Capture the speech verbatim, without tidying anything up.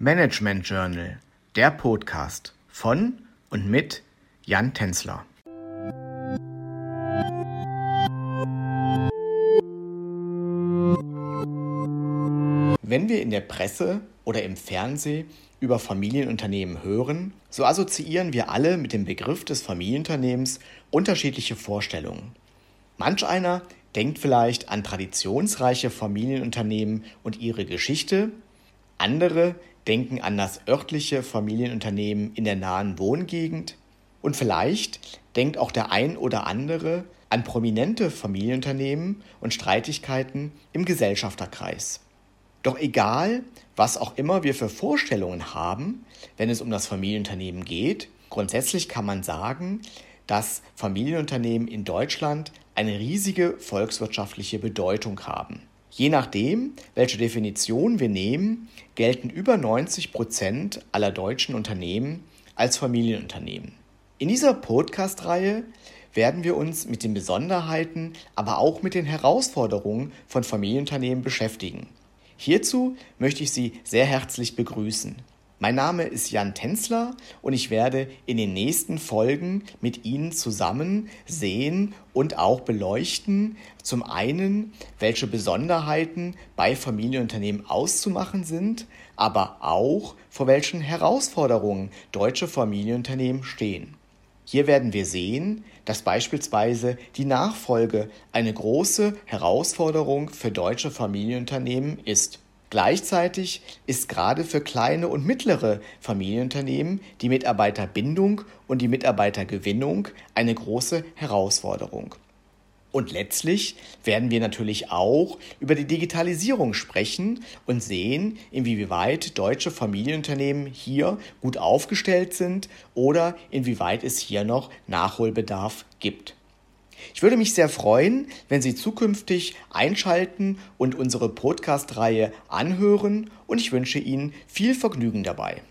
Management Journal, der Podcast von und mit Jan Tänzler. Wenn wir in der Presse oder im Fernsehen über Familienunternehmen hören, so assoziieren wir alle mit dem Begriff des Familienunternehmens unterschiedliche Vorstellungen. Manch einer denkt vielleicht an traditionsreiche Familienunternehmen und ihre Geschichte, andere denken an das örtliche Familienunternehmen in der nahen Wohngegend und vielleicht denkt auch der ein oder andere an prominente Familienunternehmen und Streitigkeiten im Gesellschafterkreis. Doch egal, was auch immer wir für Vorstellungen haben, wenn es um das Familienunternehmen geht, grundsätzlich kann man sagen, dass Familienunternehmen in Deutschland eine riesige volkswirtschaftliche Bedeutung haben. Je nachdem, welche Definition wir nehmen, gelten über neunzig Prozent aller deutschen Unternehmen als Familienunternehmen. In dieser Podcast-Reihe werden wir uns mit den Besonderheiten, aber auch mit den Herausforderungen von Familienunternehmen beschäftigen. Hierzu möchte ich Sie sehr herzlich begrüßen. Mein Name ist Jan Tänzler und ich werde in den nächsten Folgen mit Ihnen zusammen sehen und auch beleuchten, zum einen, welche Besonderheiten bei Familienunternehmen auszumachen sind, aber auch, vor welchen Herausforderungen deutsche Familienunternehmen stehen. Hier werden wir sehen, dass beispielsweise die Nachfolge eine große Herausforderung für deutsche Familienunternehmen ist. Gleichzeitig ist gerade für kleine und mittlere Familienunternehmen die Mitarbeiterbindung und die Mitarbeitergewinnung eine große Herausforderung. Und letztlich werden wir natürlich auch über die Digitalisierung sprechen und sehen, inwieweit deutsche Familienunternehmen hier gut aufgestellt sind oder inwieweit es hier noch Nachholbedarf gibt. Ich würde mich sehr freuen, wenn Sie zukünftig einschalten und unsere Podcast-Reihe anhören und ich wünsche Ihnen viel Vergnügen dabei.